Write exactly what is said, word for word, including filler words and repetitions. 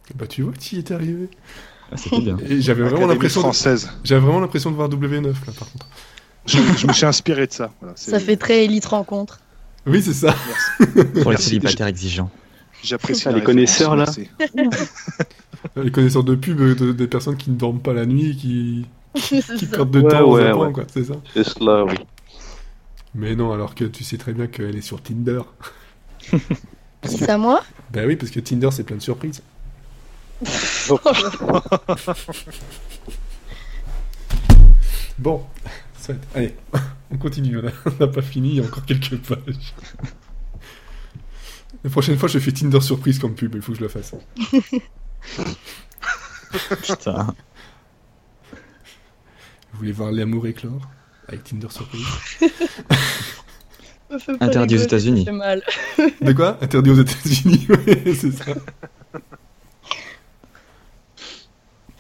Bah tu vois, tu y étais arrivé. Ah, c'était bien. Et j'avais vraiment Académie l'impression. De... française. J'avais vraiment l'impression de voir W neuf là, par contre. Je, je me suis inspiré de ça. Voilà, c'est- Ça fait très élite rencontre. Oui, c'est ça. Pour les Merci. célibataires exigeants. J'apprécie Ah, la les connaisseurs, là. référence, merci. Les connaisseurs de pub, euh, de- des personnes qui ne dorment pas la nuit, qui, C'est qui ça. perdent de Ouais, temps aux ouais, appoints, ouais. quoi, c'est ça. C'est cela, oui. Mais non, alors que tu sais très bien qu'elle est sur Tinder. Qui ça, moi? Bah oui, parce que Tinder, c'est plein de surprises. Bon, soit. Allez, on continue, on a- on n'a pas fini, il y a encore quelques pages. La prochaine fois, je fais Tinder surprise comme pub, il faut que je le fasse. Putain. Vous voulez voir l'amour éclore avec Tinder surprise? Me fais pas Interdit aux rigoler, États-Unis. ça fait mal. De quoi? Interdit aux États-Unis, ouais, c'est ça.